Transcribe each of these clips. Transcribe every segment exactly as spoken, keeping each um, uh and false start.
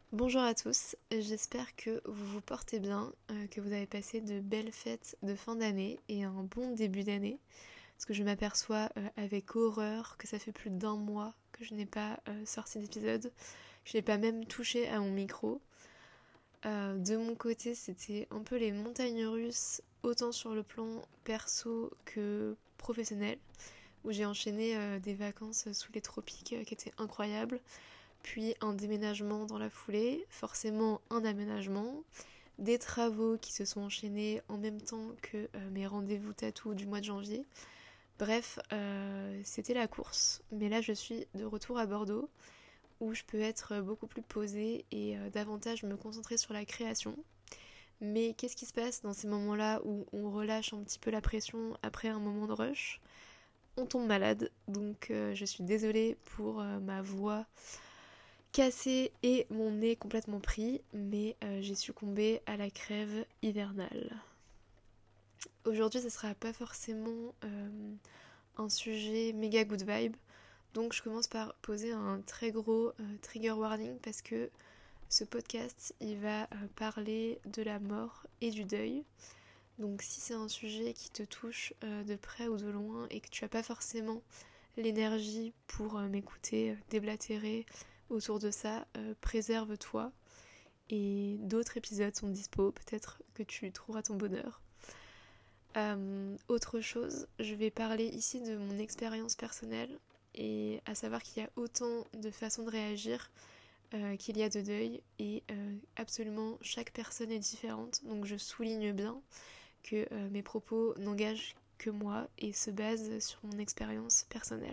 Bonjour à tous, j'espère que vous vous portez bien, euh, que vous avez passé de belles fêtes de fin d'année et un bon début d'année, parce que je m'aperçois euh, avec horreur que ça fait plus d'un mois que je n'ai pas euh, sorti d'épisode, que je n'ai pas même touché à mon micro. Euh, de mon côté, c'était un peu les montagnes russes, autant sur le plan perso que professionnel, où j'ai enchaîné euh, des vacances sous les tropiques euh, qui étaient incroyables, puis un déménagement dans la foulée, forcément un aménagement, des travaux qui se sont enchaînés en même temps que euh, mes rendez-vous tatou du mois de janvier. Bref, euh, c'était la course, mais là je suis de retour à Bordeaux, où je peux être beaucoup plus posée et euh, davantage me concentrer sur la création. Mais qu'est-ce qui se passe dans ces moments-là où on relâche un petit peu la pression après un moment de rush? On tombe malade, donc euh, je suis désolée pour euh, ma voix cassé et mon nez complètement pris, mais euh, j'ai succombé à la crève hivernale. Aujourd'hui, ce sera pas forcément euh, un sujet méga good vibe, donc je commence par poser un très gros euh, trigger warning parce que ce podcast, il va euh, parler de la mort et du deuil. Donc si c'est un sujet qui te touche euh, de près ou de loin et que tu n'as pas forcément l'énergie pour euh, m'écouter euh, déblatérer autour de ça, euh, préserve-toi. Et d'autres épisodes sont dispo, peut-être que tu trouveras ton bonheur. Euh, autre chose, je vais parler ici de mon expérience personnelle, et à savoir qu'il y a autant de façons de réagir euh, qu'il y a de deuil, et euh, absolument chaque personne est différente, donc je souligne bien que euh, mes propos n'engagent que moi et se basent sur mon expérience personnelle.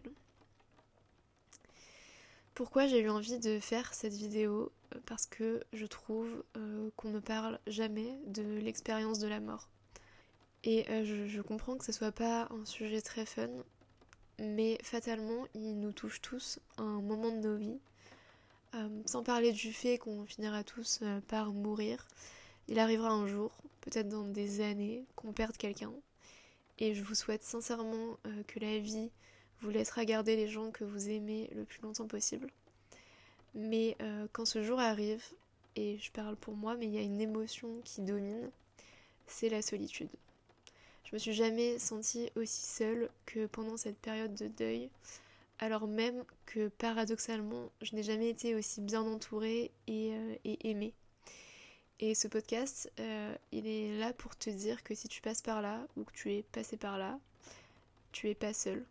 Pourquoi j'ai eu envie de faire cette vidéo? Parce que je trouve euh, qu'on ne parle jamais de l'expérience de la mort. Et euh, je, je comprends que ce soit pas un sujet très fun, mais fatalement, il nous touche tous à un moment de nos vies. Euh, sans parler du fait qu'on finira tous euh, par mourir, il arrivera un jour, peut-être dans des années, qu'on perde quelqu'un. Et je vous souhaite sincèrement euh, que la vie vous laissera garder les gens que vous aimez le plus longtemps possible. Mais euh, quand ce jour arrive, et je parle pour moi, mais il y a une émotion qui domine, c'est la solitude. Je me suis jamais sentie aussi seule que pendant cette période de deuil, alors même que paradoxalement, je n'ai jamais été aussi bien entourée et, euh, et aimée. Et ce podcast, euh, il est là pour te dire que si tu passes par là, ou que tu es passé par là, tu es pas seule.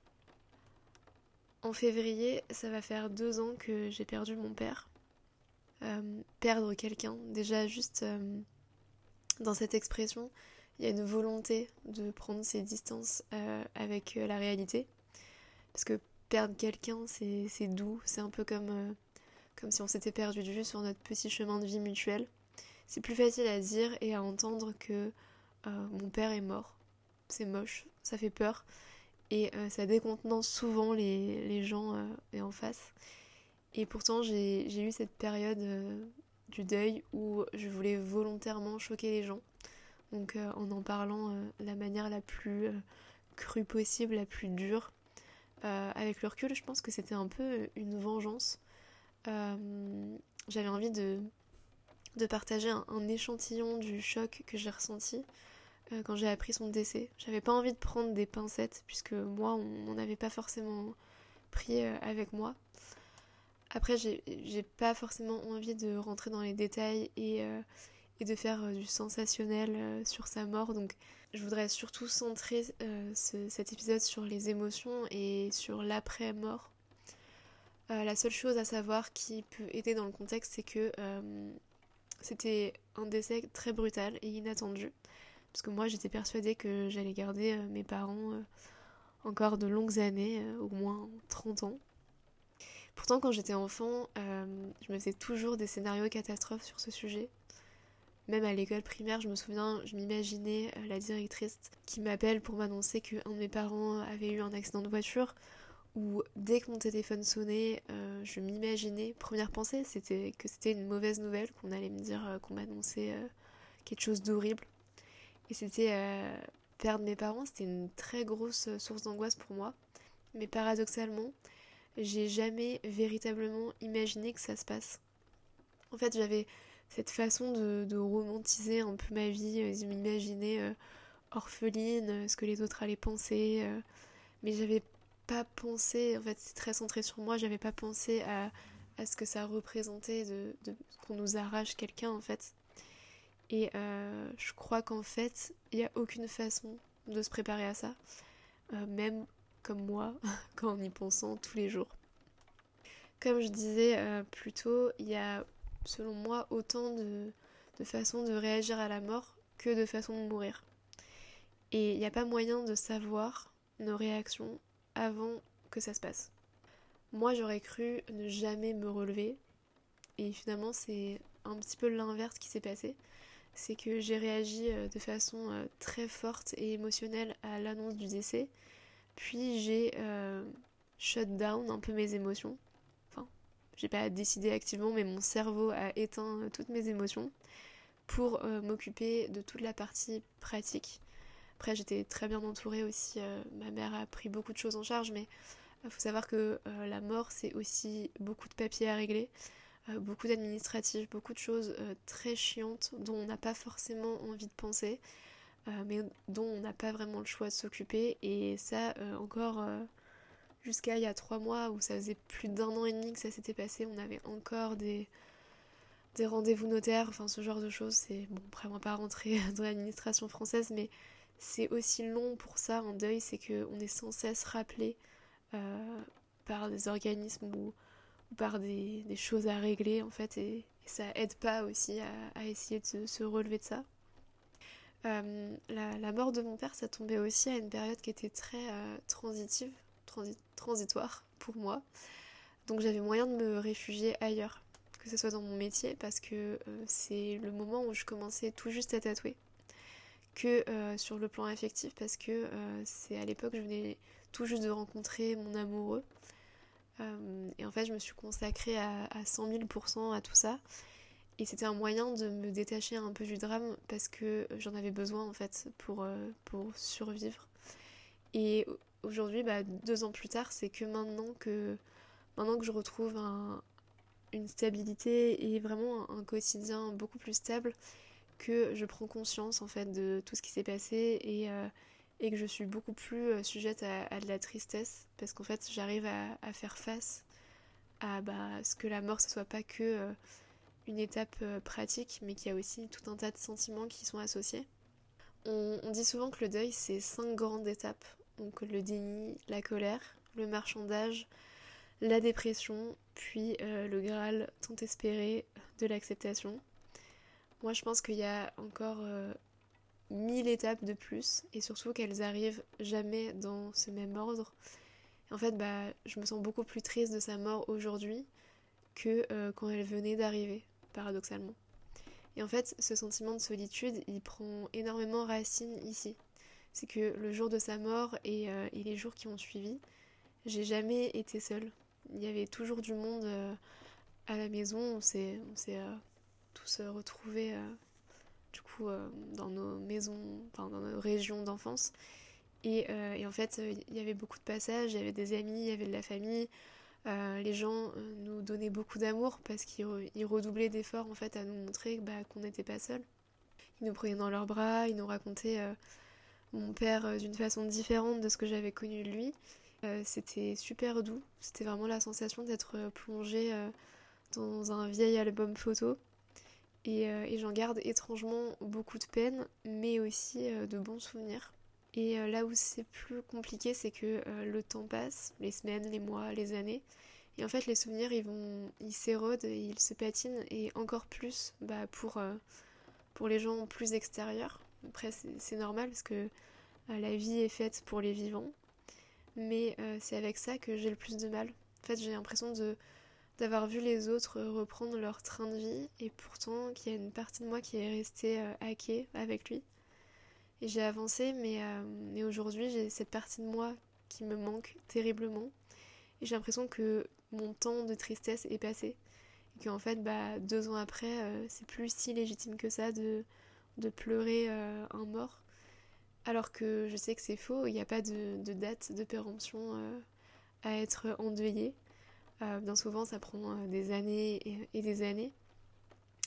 En février, ça va faire deux ans que j'ai perdu mon père. Euh, perdre quelqu'un, déjà juste euh, dans cette expression, il y a une volonté de prendre ses distances euh, avec euh, la réalité. Parce que perdre quelqu'un, c'est, c'est doux, c'est un peu comme, euh, comme si on s'était perdu de vue sur notre petit chemin de vie mutuel. C'est plus facile à dire et à entendre que euh, mon père est mort. C'est moche, ça fait peur et euh, ça décontenance souvent les, les gens euh, en face. Et pourtant, j'ai, j'ai eu cette période euh, du deuil où je voulais volontairement choquer les gens. Donc euh, en en parlant euh, de la manière la plus euh, crue possible, la plus dure. Euh, avec le recul, je pense que c'était un peu une vengeance. Euh, J'avais envie de, de partager un, un échantillon du choc que j'ai ressenti euh, quand j'ai appris son décès. J'avais pas envie de prendre des pincettes, puisque moi, on n'en avait pas forcément pris euh, avec moi. Après, j'ai, j'ai pas forcément envie de rentrer dans les détails et, euh, et de faire euh, du sensationnel euh, sur sa mort. Donc, je voudrais surtout centrer euh, ce- cet épisode sur les émotions et sur l'après-mort. Euh, la seule chose à savoir qui peut aider dans le contexte, c'est que euh, c'était un décès très brutal et inattendu. Parce que moi, j'étais persuadée que j'allais garder euh, mes parents euh, encore de longues années, euh, au moins trente ans. Pourtant, quand j'étais enfant, euh, je me faisais toujours des scénarios catastrophes sur ce sujet. Même à l'école primaire, je me souviens, je m'imaginais euh, la directrice qui m'appelle pour m'annoncer qu'un de mes parents avait eu un accident de voiture, ou dès que mon téléphone sonnait, euh, je m'imaginais, première pensée, c'était que c'était une mauvaise nouvelle, qu'on allait me dire euh, qu'on m'annonçait euh, quelque chose d'horrible. Et c'était euh, perdre mes parents, c'était une très grosse source d'angoisse pour moi. Mais paradoxalement, j'ai jamais véritablement imaginé que ça se passe. En fait, j'avais cette façon de, de romantiser un peu ma vie, euh, de m'imaginer euh, orpheline, euh, ce que les autres allaient penser, euh, mais j'avais pas pensé, en fait c'est très centré sur moi, j'avais pas pensé à, à ce que ça représentait de, de qu'on nous arrache quelqu'un en fait. Et euh, je crois qu'en fait, il n'y a aucune façon de se préparer à ça, euh, même comme moi, qu'en y pensant tous les jours. Comme je disais euh, plus tôt, il y a selon moi autant de, de façons de réagir à la mort que de façons de mourir. Et il n'y a pas moyen de savoir nos réactions avant que ça se passe. Moi j'aurais cru ne jamais me relever, et finalement c'est un petit peu l'inverse qui s'est passé. C'est que j'ai réagi de façon très forte et émotionnelle à l'annonce du décès, puis j'ai euh, shut down un peu mes émotions. Enfin, j'ai pas décidé activement, mais mon cerveau a éteint toutes mes émotions pour euh, m'occuper de toute la partie pratique. Après, j'étais très bien entourée aussi, euh, ma mère a pris beaucoup de choses en charge, mais il faut savoir que euh, la mort, c'est aussi beaucoup de papiers à régler, euh, beaucoup d'administratifs, beaucoup de choses euh, très chiantes dont on n'a pas forcément envie de penser, euh, mais dont on n'a pas vraiment le choix de s'occuper. Et ça, euh, encore euh, jusqu'à il y a trois mois, où ça faisait plus d'un an et demi que ça s'était passé, on avait encore des, des rendez-vous notaires, enfin ce genre de choses. C'est bon, après, on va pas rentrer dans l'administration française, mais c'est aussi long pour ça, un deuil, c'est qu'on est sans cesse rappelé euh, par des organismes ou, ou par des, des choses à régler en fait, et, et ça aide pas aussi à, à essayer de se, se relever de ça. Euh, la, la mort de mon père, ça tombait aussi à une période qui était très euh, transitive, transi- transitoire pour moi, donc j'avais moyen de me réfugier ailleurs, que ce soit dans mon métier, parce que euh, c'est le moment où je commençais tout juste à tatouer, que euh, sur le plan affectif, parce que euh, c'est à l'époque je venais tout juste de rencontrer mon amoureux, euh, et en fait je me suis consacrée à, à cent mille pour cent à tout ça, et c'était un moyen de me détacher un peu du drame parce que j'en avais besoin en fait pour, euh, pour survivre. Et aujourd'hui, bah, deux ans plus tard, c'est que maintenant que, maintenant que je retrouve un, une stabilité et vraiment un, un quotidien beaucoup plus stable, que je prends conscience en fait de tout ce qui s'est passé, et, euh, et que je suis beaucoup plus euh, sujette à, à de la tristesse, parce qu'en fait j'arrive à, à faire face à bah, ce que la mort ce soit pas que euh, une étape euh, pratique, mais qu'il y a aussi tout un tas de sentiments qui sont associés. On, on dit souvent que le deuil c'est cinq grandes étapes, donc le déni, la colère, le marchandage, la dépression, puis euh, le Graal tant espéré de l'acceptation. Moi, je pense qu'il y a encore euh, mille étapes de plus, et surtout qu'elles arrivent jamais dans ce même ordre. Et en fait, bah, je me sens beaucoup plus triste de sa mort aujourd'hui que euh, quand elle venait d'arriver, paradoxalement. Et en fait, ce sentiment de solitude, il prend énormément racine ici. C'est que le jour de sa mort et, euh, et les jours qui ont suivi, j'ai jamais été seule. Il y avait toujours du monde euh, à la maison, on s'est, on s'est euh, tous euh, retrouvés euh, du coup euh, dans nos maisons, enfin dans nos régions d'enfance. Et, euh, et en fait, il euh, y avait beaucoup de passages, il y avait des amis, il y avait de la famille. Euh, les gens euh, nous donnaient beaucoup d'amour parce qu'ils re, ils redoublaient d'efforts en fait à nous montrer bah, qu'on n'était pas seuls. Ils nous prenaient dans leurs bras, ils nous racontaient euh, mon père euh, d'une façon différente de ce que j'avais connu de lui. Euh, c'était super doux, c'était vraiment la sensation d'être euh, plongée euh, dans un vieil album photo. Et, euh, et j'en garde étrangement beaucoup de peine, mais aussi euh, de bons souvenirs. Et euh, là où c'est plus compliqué, c'est que euh, le temps passe, les semaines, les mois, les années. Et en fait, les souvenirs, ils vont, ils s'érodent, et ils se patinent, et encore plus bah, pour, euh, pour les gens plus extérieurs. Après, c'est, c'est normal, parce que euh, la vie est faite pour les vivants. Mais euh, c'est avec ça que j'ai le plus de mal. En fait, j'ai l'impression de d'avoir vu les autres reprendre leur train de vie, et pourtant qu'il y a une partie de moi qui est restée euh, hackée avec lui. Et j'ai avancé, mais, euh, mais aujourd'hui j'ai cette partie de moi qui me manque terriblement, et j'ai l'impression que mon temps de tristesse est passé, et qu'en fait bah, deux ans après euh, c'est plus si légitime que ça de, de pleurer euh, un mort, alors que je sais que c'est faux, il n'y a pas de, de date de péremption euh, à être endeuillé. Euh, bien souvent, ça prend euh, des années et, et des années.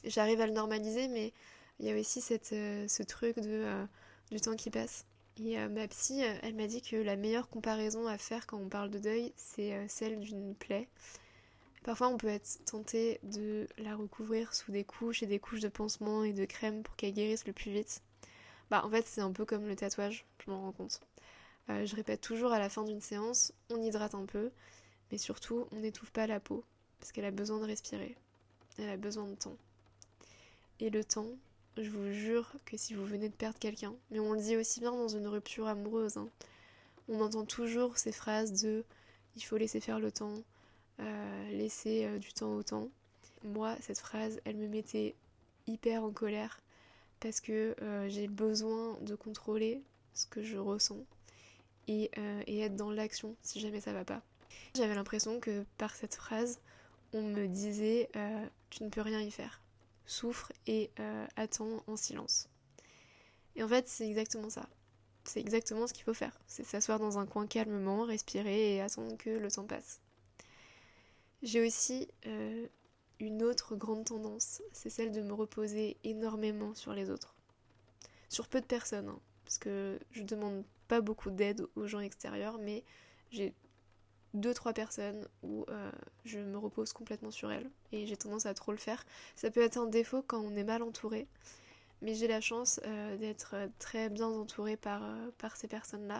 j'arrive à le normaliser, mais il y a aussi cette, euh, ce truc de, euh, du temps qui passe. Et euh, ma psy, euh, elle m'a dit que la meilleure comparaison à faire quand on parle de deuil, c'est euh, celle d'une plaie. Parfois, on peut être tenté de la recouvrir sous des couches et des couches de pansements et de crème pour qu'elle guérisse le plus vite. Bah, en fait, c'est un peu comme le tatouage, je m'en rends compte. Euh, je répète toujours à la fin d'une séance, on hydrate un peu, mais surtout, on n'étouffe pas la peau, parce qu'elle a besoin de respirer. Elle a besoin de temps. Et le temps, je vous jure que si vous venez de perdre quelqu'un, mais on le dit aussi bien dans une rupture amoureuse, hein, on entend toujours ces phrases de « il faut laisser faire le temps », Euh, laisser euh, du temps au temps. Moi, cette phrase, elle me mettait hyper en colère parce que euh, j'ai besoin de contrôler ce que je ressens et, euh, et être dans l'action si jamais ça va pas. J'avais l'impression que par cette phrase, on me disait euh, tu ne peux rien y faire. Souffre et euh, attends en silence. Et en fait, c'est exactement ça. C'est exactement ce qu'il faut faire. C'est s'asseoir dans un coin calmement, respirer et attendre que le temps passe. J'ai aussi euh, une autre grande tendance, c'est celle de me reposer énormément sur les autres. Sur peu de personnes, hein, parce que je demande pas beaucoup d'aide aux gens extérieurs, mais j'ai deux trois personnes où euh, je me repose complètement sur elles, et j'ai tendance à trop le faire. Ça peut être un défaut quand on est mal entouré, mais j'ai la chance euh, d'être très bien entourée par, euh, par ces personnes-là.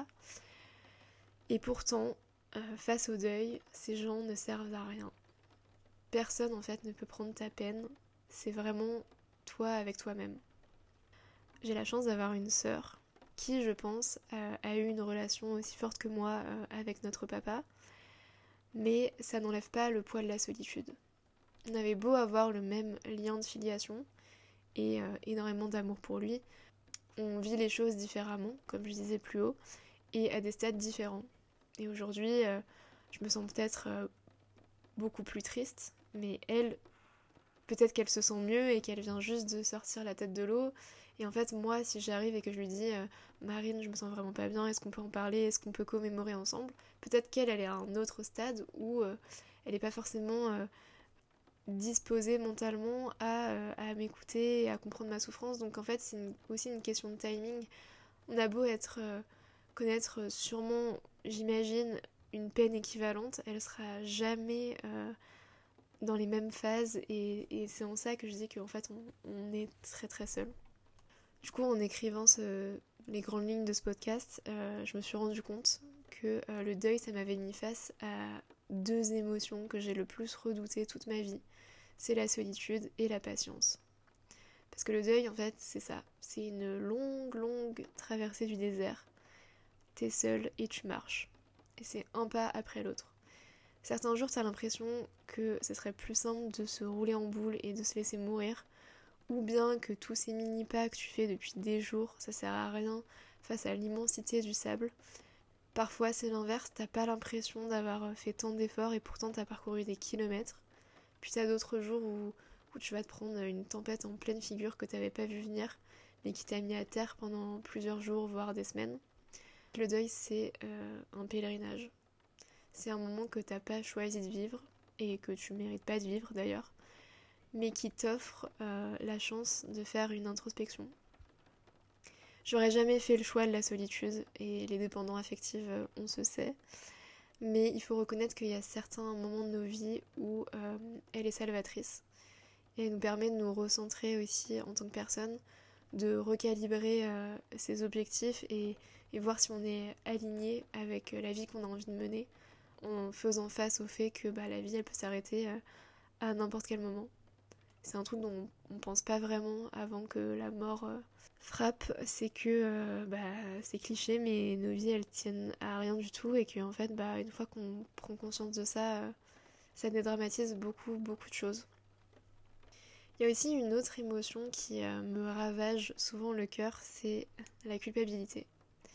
Et pourtant, Euh, face au deuil, ces gens ne servent à rien. Personne en fait ne peut prendre ta peine, c'est vraiment toi avec toi-même. J'ai la chance d'avoir une sœur qui, je pense, euh, a eu une relation aussi forte que moi euh, avec notre papa, mais ça n'enlève pas le poids de la solitude. On avait beau avoir le même lien de filiation et euh, énormément d'amour pour lui, on vit les choses différemment, comme je disais plus haut, et à des stades différents. Et aujourd'hui, euh, je me sens peut-être euh, beaucoup plus triste, mais elle, peut-être qu'elle se sent mieux et qu'elle vient juste de sortir la tête de l'eau. Et en fait, moi, si j'arrive et que je lui dis euh, Marine, je me sens vraiment pas bien, est-ce qu'on peut en parler, est-ce qu'on peut commémorer ensemble, peut-être qu'elle, elle est à un autre stade où euh, elle n'est pas forcément euh, disposée mentalement à, euh, à m'écouter et à comprendre ma souffrance. Donc en fait, c'est une, aussi une question de timing. On a beau être... Euh, connaître sûrement, j'imagine, une peine équivalente, elle sera jamais euh, dans les mêmes phases et, et c'est en ça que je dis qu'en fait on, on est très très seul. Du coup, en écrivant ce, les grandes lignes de ce podcast, euh, je me suis rendu compte que euh, le deuil, ça m'avait mis face à deux émotions que j'ai le plus redoutées toute ma vie. C'est la solitude et la patience. Parce que le deuil, en fait, c'est ça. C'est une longue, longue traversée du désert. T'es seul et tu marches. Et c'est un pas après l'autre. Certains jours, t'as l'impression que ce serait plus simple de se rouler en boule et de se laisser mourir, ou bien que tous ces mini-pas que tu fais depuis des jours, ça sert à rien face à l'immensité du sable. Parfois, c'est l'inverse, t'as pas l'impression d'avoir fait tant d'efforts et pourtant t'as parcouru des kilomètres. Puis t'as d'autres jours où, où tu vas te prendre une tempête en pleine figure que t'avais pas vu venir, mais qui t'a mis à terre pendant plusieurs jours, voire des semaines. Le deuil, c'est euh, un pèlerinage. C'est un moment que t'as pas choisi de vivre, et que tu mérites pas de vivre d'ailleurs, mais qui t'offre euh, la chance de faire une introspection. J'aurais jamais fait le choix de la solitude, et les dépendants affectifs, euh, on se sait, mais il faut reconnaître qu'il y a certains moments de nos vies où euh, elle est salvatrice, et elle nous permet de nous recentrer aussi en tant que personne, de recalibrer euh, ses objectifs et, et voir si on est aligné avec la vie qu'on a envie de mener, en faisant face au fait que bah, la vie elle peut s'arrêter euh, à n'importe quel moment. C'est un truc dont on pense pas vraiment avant que la mort euh, frappe, c'est que euh, bah, c'est cliché, mais nos vies elles tiennent à rien du tout et qu'en fait bah, une fois qu'on prend conscience de ça, euh, ça dédramatise beaucoup beaucoup de choses. Il y a aussi une autre émotion qui euh, me ravage souvent le cœur, c'est la culpabilité.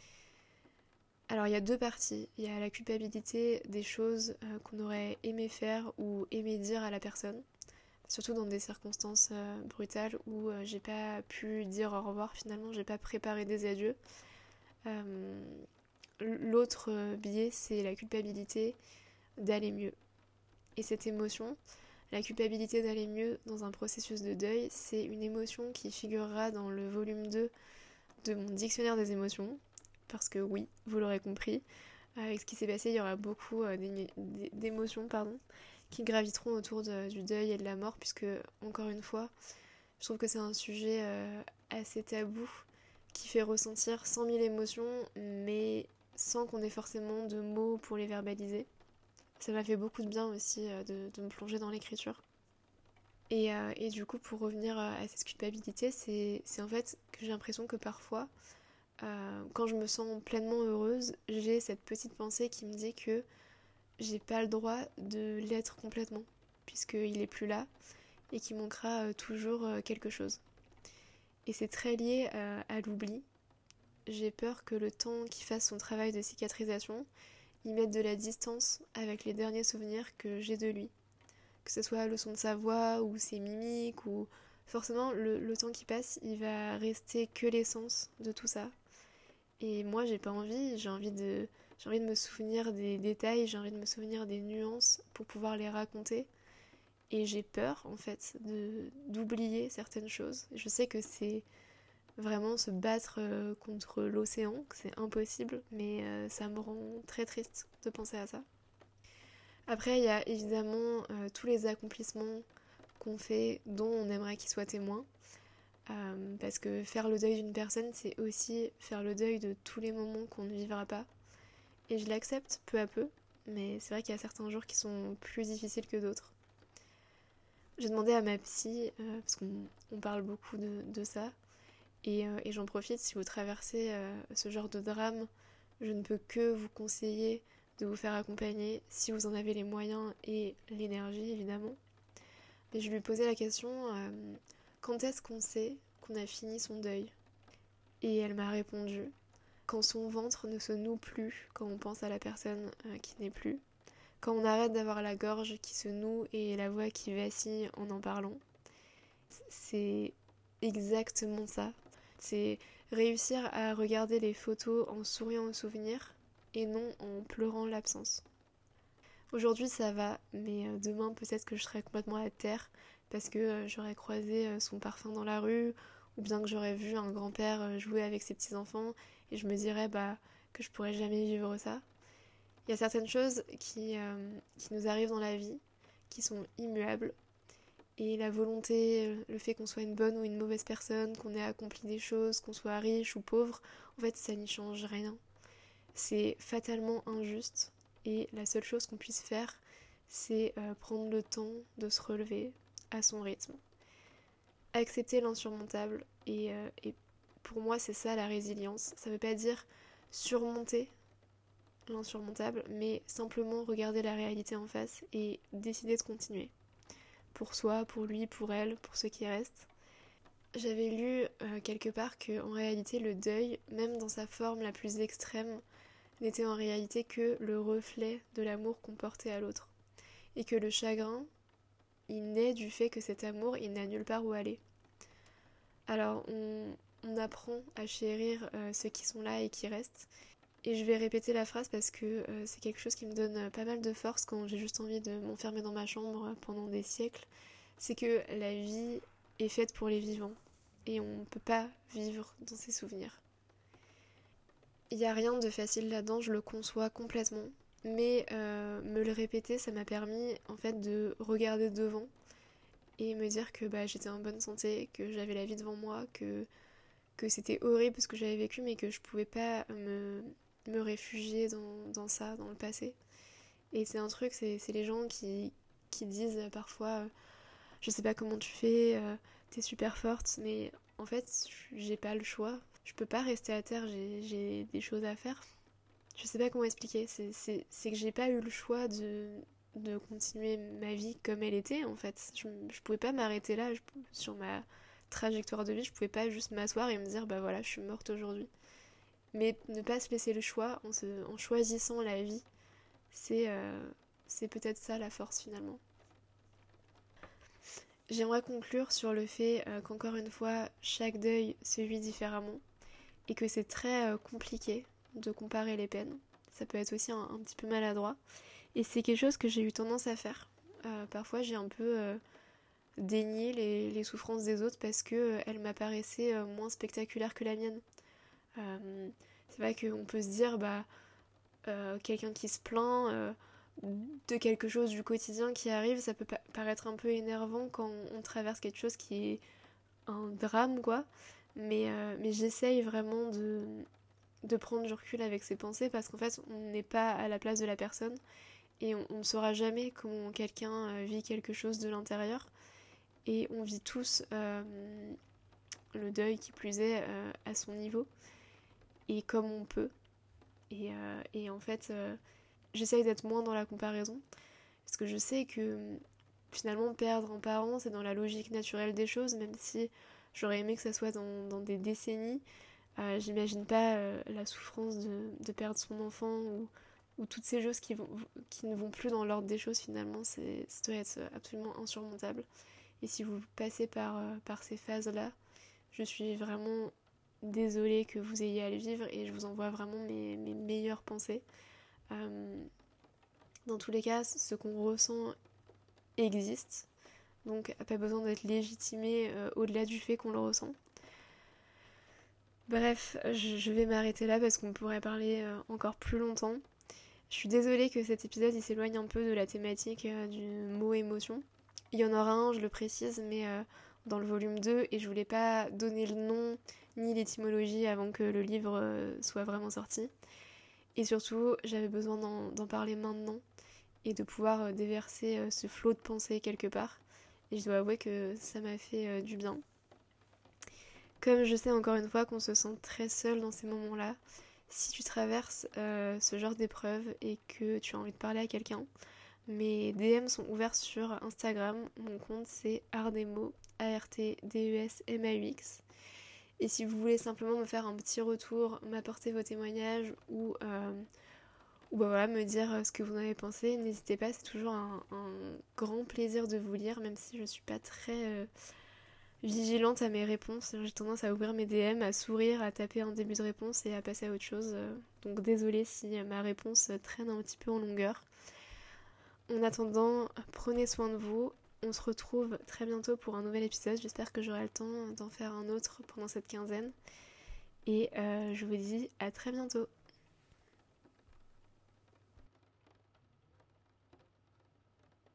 Alors il y a deux parties. Il y a la culpabilité des choses euh, qu'on aurait aimé faire ou aimé dire à la personne, surtout dans des circonstances euh, brutales où euh, j'ai pas pu dire au revoir finalement, j'ai pas préparé des adieux. Euh, L'autre biais, c'est la culpabilité d'aller mieux. Et cette émotion, La culpabilité d'aller mieux dans un processus de deuil, c'est une émotion qui figurera dans le volume deux de mon dictionnaire des émotions, parce que oui, vous l'aurez compris, avec ce qui s'est passé, il y aura beaucoup euh, d'émotions pardon, qui graviteront autour de, du deuil et de la mort, puisque, encore une fois, je trouve que c'est un sujet euh, assez tabou, qui fait ressentir cent mille émotions, mais sans qu'on ait forcément de mots pour les verbaliser. Ça m'a fait beaucoup de bien aussi euh, de, de me plonger dans l'écriture. Et, euh, et du coup, pour revenir à cette culpabilité, c'est, c'est en fait que j'ai l'impression que parfois, euh, quand je me sens pleinement heureuse, j'ai cette petite pensée qui me dit que j'ai pas le droit de l'être complètement, puisqu'il est plus là et qu'il manquera euh, toujours euh, quelque chose. Et c'est très lié euh, à l'oubli. J'ai peur que le temps qui fasse son travail de cicatrisation, il mette de la distance avec les derniers souvenirs que j'ai de lui. Que ce soit le son de sa voix ou ses mimiques, ou forcément le, le temps qui passe, il va rester que l'essence de tout ça. Et moi j'ai pas envie, j'ai envie de, j'ai envie de me souvenir des détails, j'ai envie de me souvenir des nuances pour pouvoir les raconter. Et j'ai peur en fait de, d'oublier certaines choses. Je sais que c'est vraiment se battre euh, contre l'océan, que c'est impossible, mais euh, ça me rend très triste de penser à ça. Après, il y a évidemment euh, tous les accomplissements qu'on fait, dont on aimerait qu'ils soient témoins, euh, parce que faire le deuil d'une personne, c'est aussi faire le deuil de tous les moments qu'on ne vivra pas. Et je l'accepte peu à peu, mais c'est vrai qu'il y a certains jours qui sont plus difficiles que d'autres. J'ai demandé à ma psy, euh, parce qu'on on parle beaucoup de, de ça, et, euh, et j'en profite, si vous traversez euh, ce genre de drame, je ne peux que vous conseiller de vous faire accompagner si vous en avez les moyens et l'énergie évidemment. Mais je lui posais la question, euh, quand est-ce qu'on sait qu'on a fini son deuil? Et elle m'a répondu, quand son ventre ne se noue plus quand on pense à la personne euh, qui n'est plus, quand on arrête d'avoir la gorge qui se noue et la voix qui vacille en en parlant. C'est exactement ça. C'est réussir à regarder les photos en souriant au souvenir et non en pleurant l'absence. Aujourd'hui ça va, mais demain peut-être que je serai complètement à terre parce que j'aurais croisé son parfum dans la rue ou bien que j'aurais vu un grand-père jouer avec ses petits-enfants et je me dirais bah, que je pourrais jamais vivre ça. Il y a certaines choses qui, euh, qui nous arrivent dans la vie qui sont immuables et la volonté, le fait qu'on soit une bonne ou une mauvaise personne, qu'on ait accompli des choses, qu'on soit riche ou pauvre, en fait ça n'y change rien. C'est fatalement injuste et la seule chose qu'on puisse faire, c'est euh, prendre le temps de se relever à son rythme. Accepter l'insurmontable et, euh, et pour moi c'est ça la résilience. Ça veut pas dire surmonter l'insurmontable, mais simplement regarder la réalité en face et décider de continuer. Pour soi, pour lui, pour elle, pour ceux qui restent. J'avais lu euh, quelque part qu'en réalité le deuil, même dans sa forme la plus extrême, n'était en réalité que le reflet de l'amour qu'on portait à l'autre. Et que le chagrin, il naît du fait que cet amour, il n'a nulle part où aller. Alors on, on apprend à chérir euh, ceux qui sont là et qui restent. Et je vais répéter la phrase parce que euh, c'est quelque chose qui me donne pas mal de force quand j'ai juste envie de m'enfermer dans ma chambre pendant des siècles. C'est que la vie est faite pour les vivants et on ne peut pas vivre dans ses souvenirs. Il n'y a rien de facile là-dedans, je le conçois complètement. Mais euh, me le répéter, ça m'a permis en fait de regarder devant et me dire que bah, j'étais en bonne santé, que j'avais la vie devant moi, que, que c'était horrible ce que j'avais vécu, mais que je pouvais pas me, me réfugier dans, dans ça, dans le passé. Et c'est un truc, c'est, c'est les gens qui, qui disent parfois euh, je sais pas comment tu fais, euh, t'es super forte, mais en fait j'ai pas le choix. Je peux pas rester à terre, j'ai, j'ai des choses à faire. Je sais pas comment expliquer, c'est, c'est, c'est que j'ai pas eu le choix de, de continuer ma vie comme elle était en fait. Je, je pouvais pas m'arrêter là, je, sur ma trajectoire de vie, je pouvais pas juste m'asseoir et me dire bah voilà, je suis morte aujourd'hui. Mais ne pas se laisser le choix en, se, en choisissant la vie, c'est, euh, c'est peut-être ça la force finalement. J'aimerais conclure sur le fait euh, qu'encore une fois, chaque deuil se vit différemment et que c'est très euh, compliqué de comparer les peines. Ça peut être aussi un, un petit peu maladroit. Et c'est quelque chose que j'ai eu tendance à faire euh, parfois j'ai un peu euh, dénié les, les souffrances des autres parce qu'elles euh, m'apparaissaient euh, moins spectaculaires que la mienne. Euh, c'est vrai qu'on peut se dire, bah, euh, quelqu'un qui se plaint euh, de quelque chose du quotidien qui arrive, ça peut pa- paraître un peu énervant quand on, on traverse quelque chose qui est un drame, quoi. Mais, euh, mais j'essaye vraiment de, de prendre du recul avec ses pensées parce qu'en fait, on n'est pas à la place de la personne et on, on ne saura jamais comment quelqu'un euh, vit quelque chose de l'intérieur. Et on vit tous euh, le deuil, qui plus est, euh, à son niveau et comme on peut. Et, euh, et en fait, euh, j'essaye d'être moins dans la comparaison parce que je sais que finalement, perdre un parent, c'est dans la logique naturelle des choses, même si j'aurais aimé que ça soit dans, dans des décennies. Euh, j'imagine pas euh, la souffrance de, de perdre son enfant ou, ou toutes ces choses qui, vont, qui ne vont plus dans l'ordre des choses finalement, c'est, ça doit être absolument insurmontable. Et si vous passez par, euh, par ces phases-là, je suis vraiment désolée que vous ayez à le vivre et je vous envoie vraiment mes, mes meilleures pensées. Euh, dans tous les cas, ce qu'on ressent existe, donc pas besoin d'être légitimé euh, au-delà du fait qu'on le ressent. Bref, je, je vais m'arrêter là parce qu'on pourrait parler euh, encore plus longtemps. Je suis désolée que cet épisode il s'éloigne un peu de la thématique euh, du mot émotion. Il y en aura un, je le précise, mais euh, dans le volume deux, et je voulais pas donner le nom ni l'étymologie avant que le livre euh, soit vraiment sorti. Et surtout, j'avais besoin d'en, d'en parler maintenant et de pouvoir euh, déverser euh, ce flot de pensées quelque part. Et je dois avouer que ça m'a fait euh, du bien. Comme je sais encore une fois qu'on se sent très seul dans ces moments-là, si tu traverses euh, ce genre d'épreuve et que tu as envie de parler à quelqu'un, mes D M sont ouverts sur Instagram. Mon compte c'est Ardemo, A R T D E S M A U X. Et si vous voulez simplement me faire un petit retour, m'apporter vos témoignages ou, euh, ou bah voilà, me dire ce que vous en avez pensé, n'hésitez pas, c'est toujours un, un grand plaisir de vous lire, même si je suis pas très euh, vigilante à mes réponses. J'ai tendance à ouvrir mes D M, à sourire, à taper un début de réponse et à passer à autre chose. Donc désolée si ma réponse traîne un petit peu en longueur. En attendant, prenez soin de vous. On se retrouve très bientôt pour un nouvel épisode. J'espère que j'aurai le temps d'en faire un autre pendant cette quinzaine. Et euh, je vous dis à très bientôt.